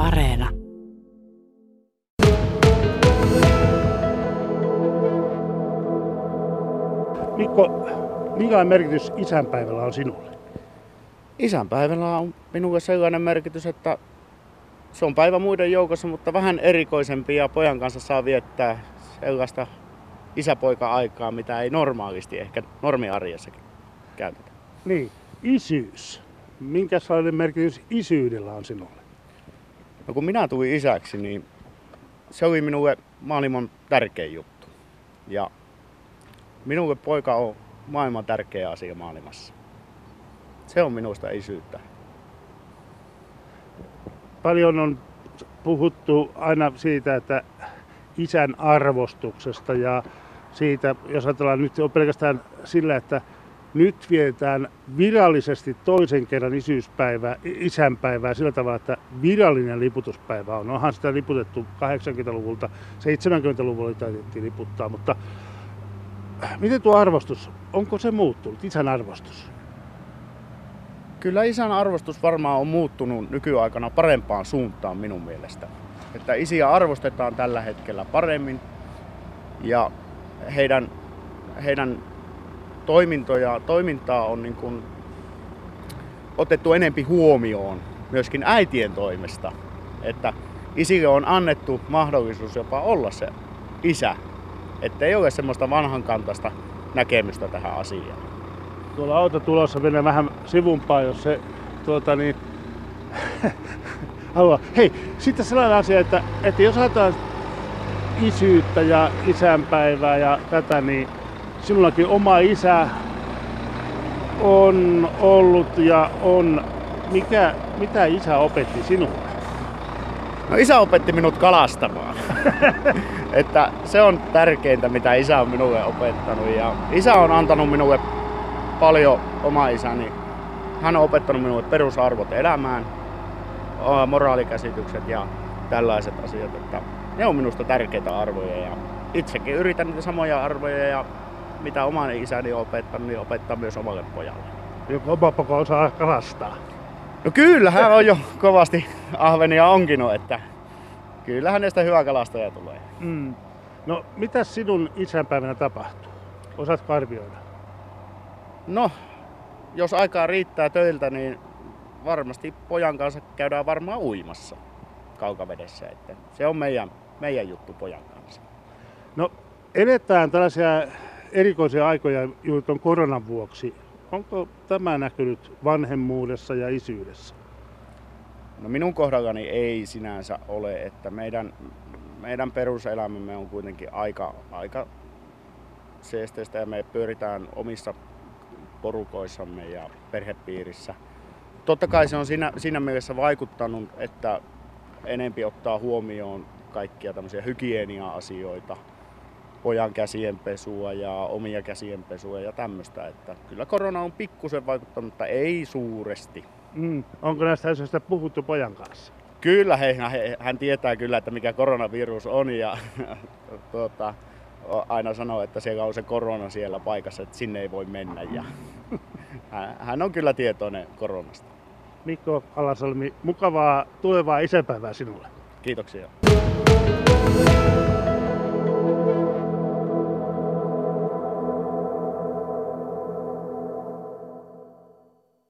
Areena. Mikko, minkälainen merkitys isänpäivällä on sinulle? Isänpäivällä on minulle sellainen merkitys, että se on päivä muiden joukossa, mutta vähän erikoisempi ja pojan kanssa saa viettää sellaista isäpoika-aikaa, mitä ei normaalisti ehkä normiarjessakin käytetä. Niin, isyys. Minkälainen merkitys isyydellä on sinulle? No kun minä tulin isäksi, niin se oli minulle maailman tärkein juttu. Ja minulle poika on maailman tärkeä asia maailmassa. Se on minusta isyyttä. Paljon on puhuttu aina siitä, että isän arvostuksesta ja siitä, jos ajatellaan nyt on pelkästään sillä, että nyt vietetään virallisesti toisen kerran isänpäivää sillä tavalla, että virallinen liputuspäivä on. Onhan sitä liputettu 80-luvulta, 70-luvulla taidettiin liputtaa, mutta miten tuo arvostus, onko se muuttunut, isän arvostus? Kyllä isän arvostus varmaan on muuttunut nykyaikana parempaan suuntaan minun mielestä. Että isiä arvostetaan tällä hetkellä paremmin ja heidän toimintaa on niin kuin otettu enempi huomioon myöskin äitien toimesta. Että isille on annettu mahdollisuus jopa olla se isä. Että ei ole semmoista vanhankantaista näkemystä tähän asiaan. Tuolla auto tulossa mennään vähän sivumpaan, jos se haluaa. Hei, sitten sellainen asia, että jos ajatellaan isyyttä ja isänpäivää ja tätä, niin sinullakin oma isä on ollut ja on. Mitä isä opetti sinulle? No isä opetti minut kalastamaan. Että se on tärkeintä, mitä isä on minulle opettanut. Ja isä on antanut minulle paljon, oma isäni. Hän on opettanut minulle perusarvot elämään, moraalikäsitykset ja tällaiset asiat. Että ne on minusta tärkeitä arvoja ja itsekin yritän niitä samoja arvoja ja mitä oma isäni on opettanut, niin opettaa myös omalle pojalle. Joko oma poika osaa kalastaa? No kyllä, hän on jo kovasti ahvenia onkinut, että kyllä hänestä hyvä kalastaja tulee. No, mitä sinun isänpäivänä tapahtuu? Osaatko arvioida? No, jos aikaa riittää töiltä, niin varmasti pojan kanssa käydään varmaan uimassa kaukavedessä. Että se on meidän juttu pojan kanssa. No, eletään tällaisia erikoisia aikoja juuri tuon koronan vuoksi. Onko tämä näkynyt vanhemmuudessa ja isyydessä? No minun kohdallani ei sinänsä ole, että meidän peruselämämme on kuitenkin aika seesteistä ja me pyöritään omissa porukoissamme ja perhepiirissä. Totta kai se on siinä mielessä vaikuttanut, että enempi ottaa huomioon kaikkia tämmöisiä hygienia-asioita, pojan käsienpesua ja omia käsienpesua ja tämmöistä. Että kyllä korona on pikkusen vaikuttanut, mutta ei suuresti. Onko näistä asioista puhuttu pojan kanssa? Kyllä, hän tietää kyllä, että mikä koronavirus on ja aina sanoo, että siellä on se korona siellä paikassa, että sinne ei voi mennä. Ja hän on kyllä tietoinen koronasta. Mikko Alasalmi, mukavaa tulevaa isänpäivää sinulle. Kiitoksia.